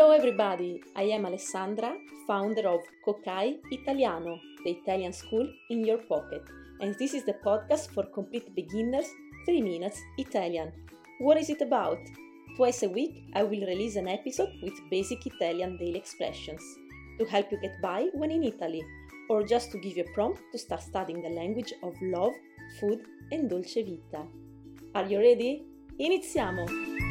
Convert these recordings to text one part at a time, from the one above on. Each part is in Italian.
Hello everybody, I am Alessandra, founder of Kokai Italiano, the Italian school in your pocket, and this is the podcast for complete beginners, 3 minutes Italian. What is it about? Twice a week I will release an episode with basic Italian daily expressions to help you get by when in Italy, or just to give you a prompt to start studying the language of love, food and dolce vita. Are you ready? Iniziamo!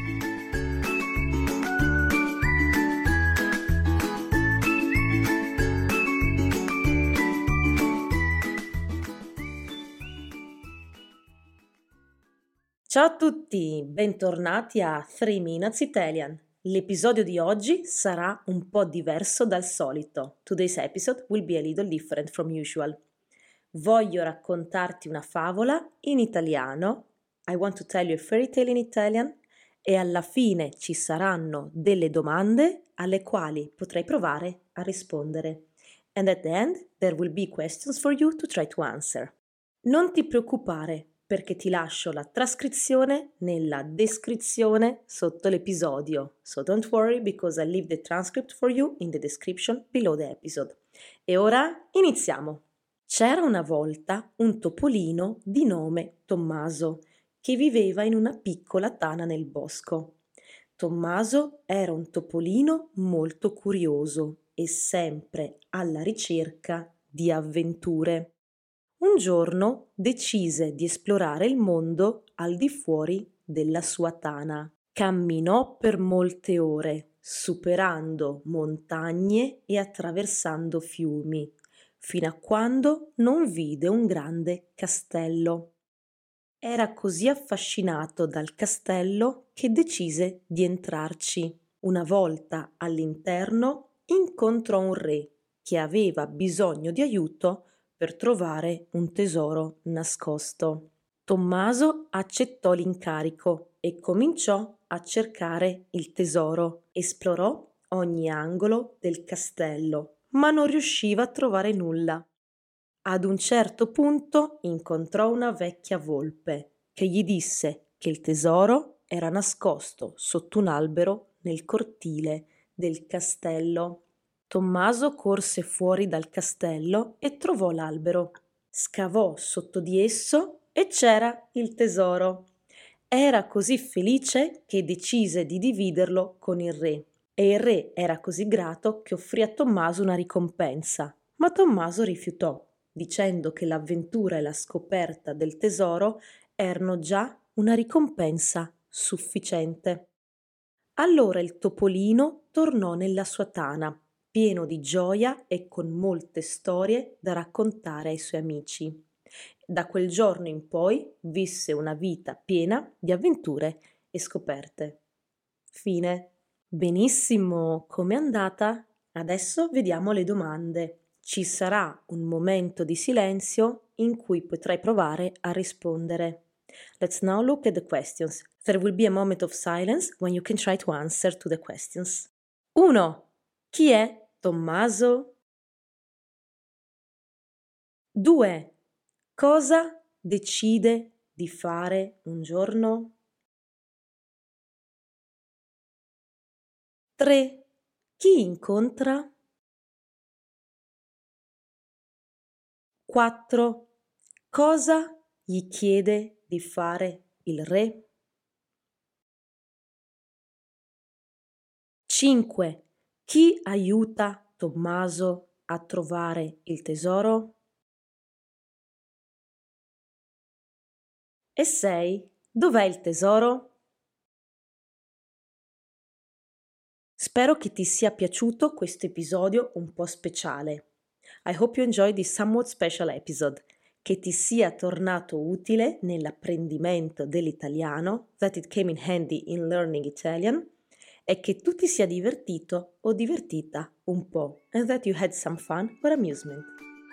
Ciao a tutti, bentornati a 3 Minutes Italian. L'episodio di oggi sarà un po' diverso dal solito. Today's episode will be a little different from usual. Voglio raccontarti una favola in italiano. I want to tell you a fairy tale in Italian e alla fine ci saranno delle domande alle quali potrai provare a rispondere. And at the end there will be questions for you to try to answer. Non ti preoccupare, perché ti lascio la trascrizione nella descrizione sotto l'episodio. So don't worry because I leave the transcript for you in the description below the episode. E ora iniziamo. C'era una volta un topolino di nome Tommaso che viveva in una piccola tana nel bosco. Tommaso era un topolino molto curioso e sempre alla ricerca di avventure. Un giorno decise di esplorare il mondo al di fuori della sua tana. Camminò per molte ore, superando montagne e attraversando fiumi, fino a quando non vide un grande castello. Era così affascinato dal castello che decise di entrarci. Una volta all'interno incontrò un re che aveva bisogno di aiuto per trovare un tesoro nascosto. Tommaso accettò l'incarico e cominciò a cercare il tesoro. Esplorò ogni angolo del castello, ma non riusciva a trovare nulla. Ad un certo punto incontrò una vecchia volpe che gli disse che il tesoro era nascosto sotto un albero nel cortile del castello. Tommaso corse fuori dal castello e trovò l'albero. Scavò sotto di esso e c'era il tesoro. Era così felice che decise di dividerlo con il re. E il re era così grato che offrì a Tommaso una ricompensa. Ma Tommaso rifiutò, dicendo che l'avventura e la scoperta del tesoro erano già una ricompensa sufficiente. Allora il topolino tornò nella sua tana, pieno di gioia e con molte storie da raccontare ai suoi amici. Da quel giorno in poi visse una vita piena di avventure e scoperte. Fine. Benissimo, com'è andata? Adesso vediamo le domande. Ci sarà un momento di silenzio in cui potrai provare a rispondere. Let's now look at the questions. There will be a moment of silence when you can try to answer to the questions. 1. Chi è Tommaso? 2. Cosa decide di fare un giorno? 3. Chi incontra? 4. Cosa gli chiede di fare il re? 5. Chi aiuta Tommaso a trovare il tesoro? E 6. Dov'è il tesoro? Spero che ti sia piaciuto questo episodio un po' speciale. I hope you enjoyed this somewhat special episode, che ti sia tornato utile nell'apprendimento dell'italiano, that it came in handy in learning Italian, e che tu ti sia divertito o divertita un po', and that you had some fun or amusement.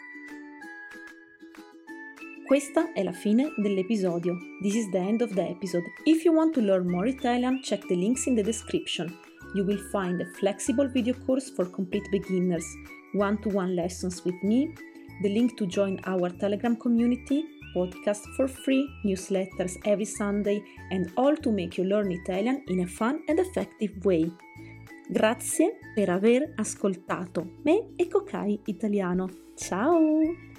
Questa è la fine dell'episodio. This is the end of the episode. If you want to learn more Italian, check the links in the description. You will find a flexible video course for complete beginners, one-to-one lessons with me, the link to join our Telegram community, podcast for free, newsletters every Sunday, and all to make you learn Italian in a fun and effective way. Grazie per aver ascoltato me e Kokai Italiano. Ciao!